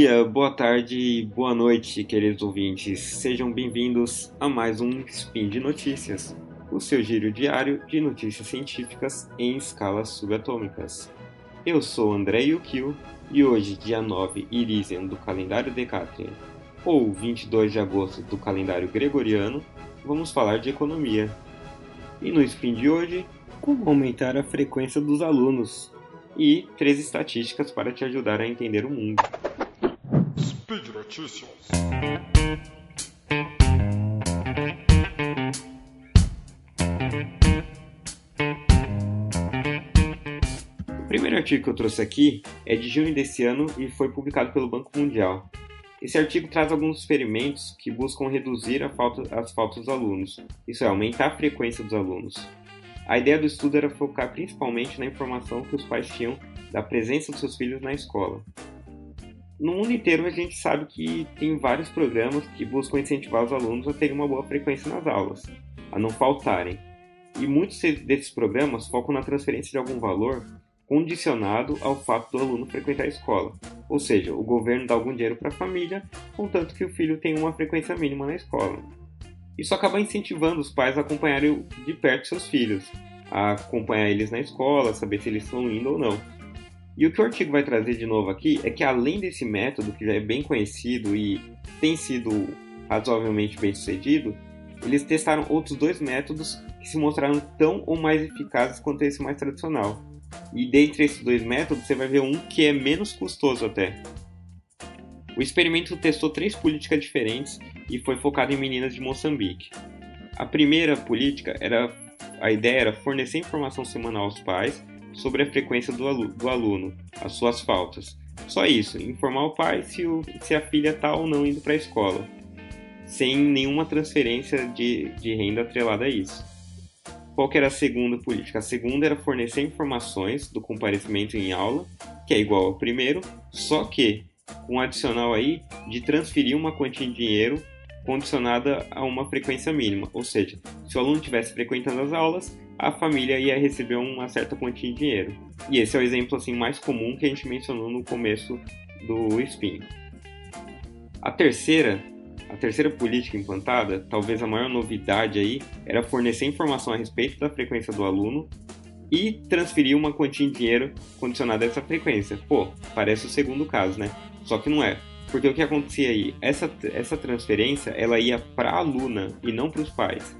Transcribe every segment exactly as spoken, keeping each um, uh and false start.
dia, boa tarde e boa noite, queridos ouvintes. Sejam bem-vindos a mais um Spin de Notícias, o seu giro diário de notícias científicas em escalas subatômicas. Eu sou André Yukio e hoje, dia nove Irisian do calendário Decatrian, ou vinte e dois de agosto do calendário Gregoriano, vamos falar de economia. E no Spin de hoje, como aumentar a frequência dos alunos e três estatísticas para te ajudar a entender o mundo. Speed Notícias. O primeiro artigo que eu trouxe aqui é de junho desse ano e foi publicado pelo Banco Mundial. Esse artigo traz alguns experimentos que buscam reduzir a falta, as faltas dos alunos, isso é, aumentar a frequência dos alunos. A ideia do estudo era focar principalmente na informação que os pais tinham da presença dos seus filhos na escola. No mundo inteiro a gente sabe que tem vários programas que buscam incentivar os alunos a terem uma boa frequência nas aulas, a não faltarem. E muitos desses programas focam na transferência de algum valor condicionado ao fato do aluno frequentar a escola. Ou seja, o governo dá algum dinheiro para a família, contanto que o filho tenha uma frequência mínima na escola. Isso acaba incentivando os pais a acompanharem de perto seus filhos, a acompanhar eles na escola, saber se eles estão indo ou não. E o que o artigo vai trazer de novo aqui é que, além desse método, que já é bem conhecido e tem sido razoavelmente bem sucedido, eles testaram outros dois métodos que se mostraram tão ou mais eficazes quanto esse mais tradicional. E dentre esses dois métodos, você vai ver um que é menos custoso até. O experimento testou três políticas diferentes e foi focado em meninas de Moçambique. A primeira política, era, a ideia era fornecer informação semanal aos pais sobre a frequência do, alu- do aluno, as suas faltas. Só isso, informar o pai se, o, se a filha está ou não indo para a escola, sem nenhuma transferência de, de renda atrelada a isso. Qual que era a segunda política? A segunda era fornecer informações do comparecimento em aula, que é igual ao primeiro, só que com um adicional aí de transferir uma quantia de dinheiro condicionada a uma frequência mínima. Ou seja, se o aluno estivesse frequentando as aulas, a família ia receber uma certa quantia de dinheiro. E esse é o exemplo assim, mais comum que a gente mencionou no começo do Spin. A terceira, a terceira política implantada, talvez a maior novidade aí, era fornecer informação a respeito da frequência do aluno e transferir uma quantia de dinheiro condicionada a essa frequência. Pô, parece o segundo caso, né? Só que não é. Porque o que acontecia aí? Essa, essa transferência ela ia para a aluna e não para os pais.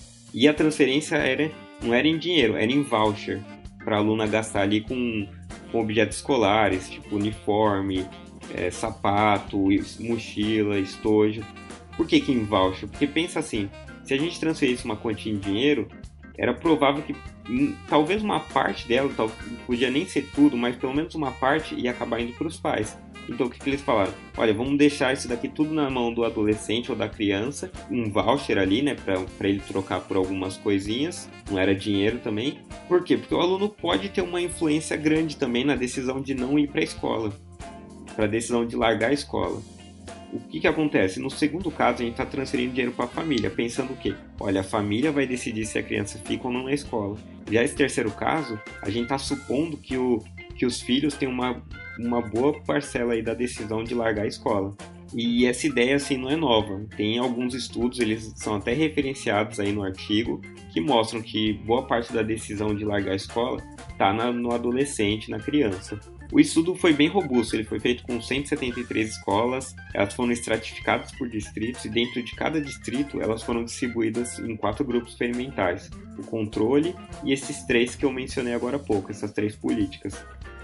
E a transferência era, não era em dinheiro, era em voucher, para a aluna gastar ali com, com objetos escolares, tipo uniforme, é, sapato, mochila, estojo. Por que que em voucher? Porque pensa assim, se a gente transferisse uma quantia em dinheiro, era provável que hum, talvez uma parte dela, tal, podia nem ser tudo, mas pelo menos uma parte ia acabar indo para os pais. Então o que, que eles falaram? Olha, vamos deixar isso daqui tudo na mão do adolescente ou da criança, um voucher ali, né, para ele trocar por algumas coisinhas, não era dinheiro também. Por quê? Porque o aluno pode ter uma influência grande também na decisão de não ir para a escola, para a decisão de largar a escola. O que, que acontece? No segundo caso, a gente está transferindo dinheiro para a família, pensando o quê? Olha, a família vai decidir se a criança fica ou não na escola. Já esse terceiro caso, a gente está supondo que, o, que os filhos têm uma, uma boa parcela aí da decisão de largar a escola. E essa ideia assim não é nova. Tem alguns estudos, eles são até referenciados aí no artigo, que mostram que boa parte da decisão de largar a escola está no adolescente, na criança. O estudo foi bem robusto, ele foi feito com cento e setenta e três escolas, elas foram estratificadas por distritos e dentro de cada distrito elas foram distribuídas em quatro grupos experimentais, o controle e esses três que eu mencionei agora há pouco, essas três políticas.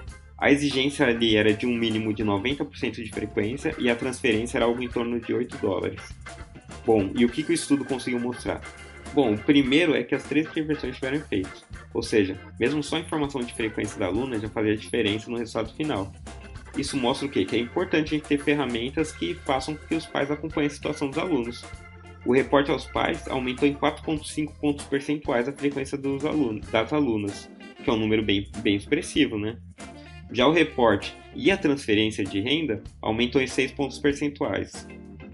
A exigência ali era de um mínimo de noventa por cento de frequência e a transferência era algo em torno de oito dólares. Bom, e o que, que o estudo conseguiu mostrar? Bom, o primeiro é que as três intervenções tiveram efeito, ou seja, mesmo só a informação de frequência da aluna já fazia diferença no resultado final. Isso mostra o quê? Que é importante a gente ter ferramentas que façam com que os pais acompanhem a situação dos alunos. O reporte aos pais aumentou em quatro vírgula cinco pontos percentuais a frequência dos alunos, das alunas, que é um número bem, bem expressivo, né? Já o reporte e a transferência de renda aumentou em seis pontos percentuais.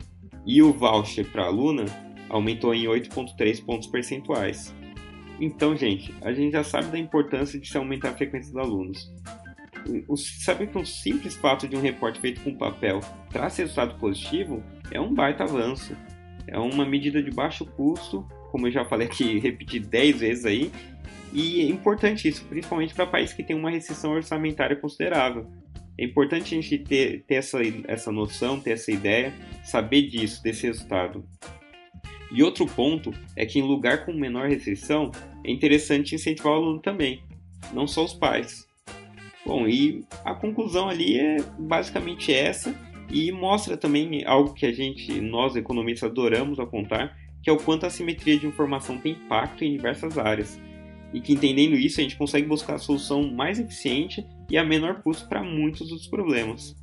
E o voucher para a aluna aumentou em oito vírgula três pontos percentuais. Então, gente, a gente já sabe da importância de se aumentar a frequência dos alunos. O, sabe que um simples fato de um reporte feito com papel traz resultado positivo é um baita avanço. É uma medida de baixo custo, como eu já falei aqui, repeti dez vezes aí, e é importante isso, principalmente para países que têm uma restrição orçamentária considerável. É importante a gente ter, ter essa, essa noção, ter essa ideia, saber disso, desse resultado. E outro ponto é que em lugar com menor restrição, é interessante incentivar o aluno também, não só os pais. Bom, e a conclusão ali é basicamente essa, e mostra também algo que a gente, nós economistas, adoramos apontar, que é o quanto a assimetria de informação tem impacto em diversas áreas. E que entendendo isso, a gente consegue buscar a solução mais eficiente e a menor custo para muitos dos problemas.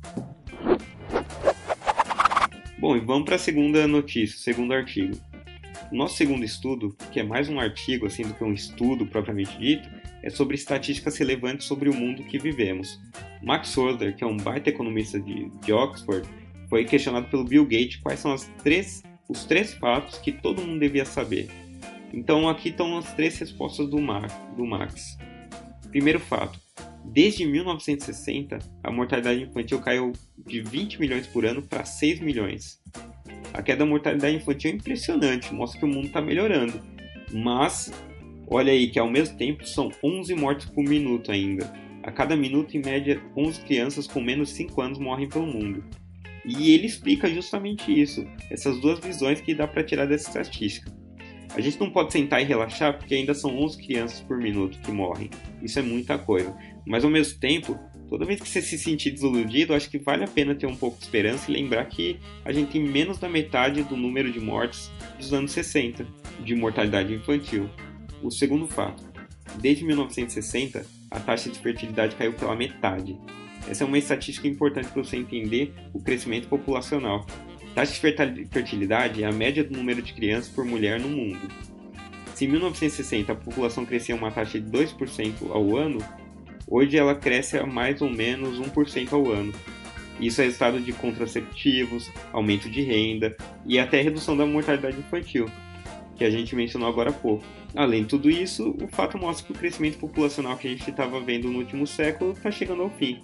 Bom, e vamos para a segunda notícia, o segundo artigo. O nosso segundo estudo, que é mais um artigo assim do que um estudo propriamente dito, é sobre estatísticas relevantes sobre o mundo que vivemos. Max Roser, que é um baita economista de, de Oxford, foi questionado pelo Bill Gates quais são as três, os três fatos que todo mundo devia saber. Então aqui estão as três respostas do, Mar, do Max. Primeiro fato, desde mil novecentos e sessenta, a mortalidade infantil caiu de vinte milhões por ano para seis milhões. A queda da mortalidade infantil é impressionante, mostra que o mundo está melhorando. Mas, olha aí que ao mesmo tempo são onze mortes por minuto ainda. A cada minuto, em média, onze crianças com menos de cinco anos morrem pelo mundo. E ele explica justamente isso, essas duas visões que dá para tirar dessa estatística. A gente não pode sentar e relaxar porque ainda são onze crianças por minuto que morrem. Isso é muita coisa. Mas ao mesmo tempo, toda vez que você se sentir desiludido, acho que vale a pena ter um pouco de esperança e lembrar que a gente tem menos da metade do número de mortes dos anos sessenta, de mortalidade infantil. O segundo fato, desde mil novecentos e sessenta, a taxa de fertilidade caiu pela metade. Essa é uma estatística importante para você entender o crescimento populacional. Taxa de fertilidade é a média do número de crianças por mulher no mundo. Se em mil novecentos e sessenta a população crescia uma taxa de dois por cento ao ano, hoje ela cresce a mais ou menos um por cento ao ano. Isso é resultado de contraceptivos, aumento de renda e até redução da mortalidade infantil, que a gente mencionou agora há pouco. Além de tudo isso, o fato mostra que o crescimento populacional que a gente estava vendo no último século está chegando ao fim.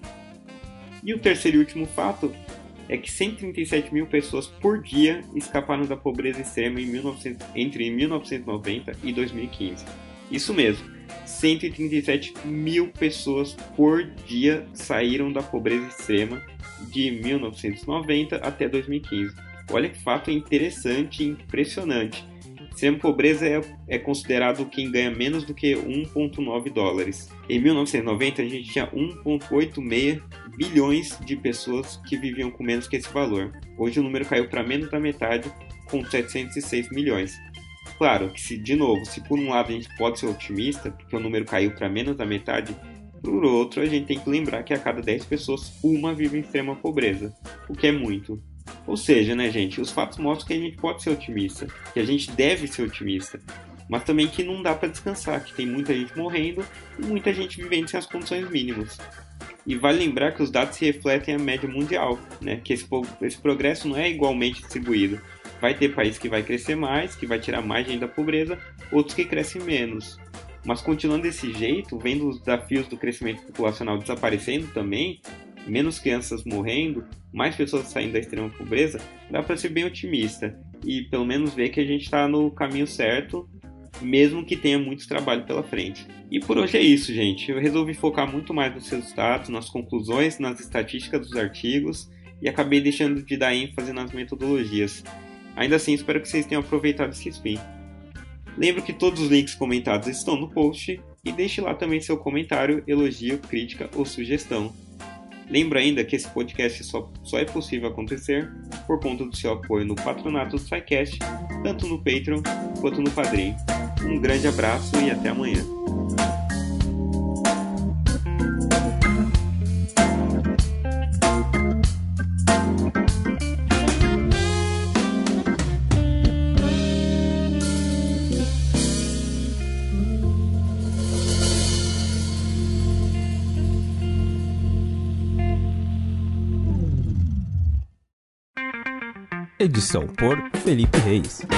E o terceiro e último fato é que cento e trinta e sete mil pessoas por dia escaparam da pobreza extrema em mil e novecentos, entre mil novecentos e noventa e dois mil e quinze. Isso mesmo, cento e trinta e sete mil pessoas por dia saíram da pobreza extrema de mil novecentos e noventa até dois mil e quinze. Olha que fato interessante e impressionante. Extrema pobreza é, é considerado quem ganha menos do que um vírgula nove dólares. Em mil novecentos e noventa, a gente tinha um vírgula oitenta e seis bilhões de pessoas que viviam com menos que esse valor. Hoje o número caiu para menos da metade, com setecentos e seis milhões. Claro que, se, de novo, se por um lado a gente pode ser otimista, porque o número caiu para menos da metade, por outro a gente tem que lembrar que a cada dez pessoas, uma vive em extrema pobreza, o que é muito. Ou seja, né, gente, os fatos mostram que a gente pode ser otimista, que a gente deve ser otimista, mas também que não dá para descansar, que tem muita gente morrendo e muita gente vivendo sem as condições mínimas. E vale lembrar que os dados se refletem a média mundial, né, que esse, esse progresso não é igualmente distribuído. Vai ter país que vai crescer mais, que vai tirar mais gente da pobreza, outros que crescem menos. Mas continuando desse jeito, vendo os desafios do crescimento populacional desaparecendo também, menos crianças morrendo, mais pessoas saindo da extrema pobreza, dá para ser bem otimista e pelo menos ver que a gente está no caminho certo, mesmo que tenha muito trabalho pela frente. E por hoje é isso, gente. Eu resolvi focar muito mais nos resultados, nas conclusões, nas estatísticas dos artigos e acabei deixando de dar ênfase nas metodologias. Ainda assim, espero que vocês tenham aproveitado esse spin. Lembro que todos os links comentados estão no post e deixe lá também seu comentário, elogio, crítica ou sugestão. Lembro ainda que esse podcast só, só é possível acontecer por conta do seu apoio no patronato do SciCast, tanto no Patreon quanto no Padrim. Um grande abraço e até amanhã. Edição por Felipe Reis.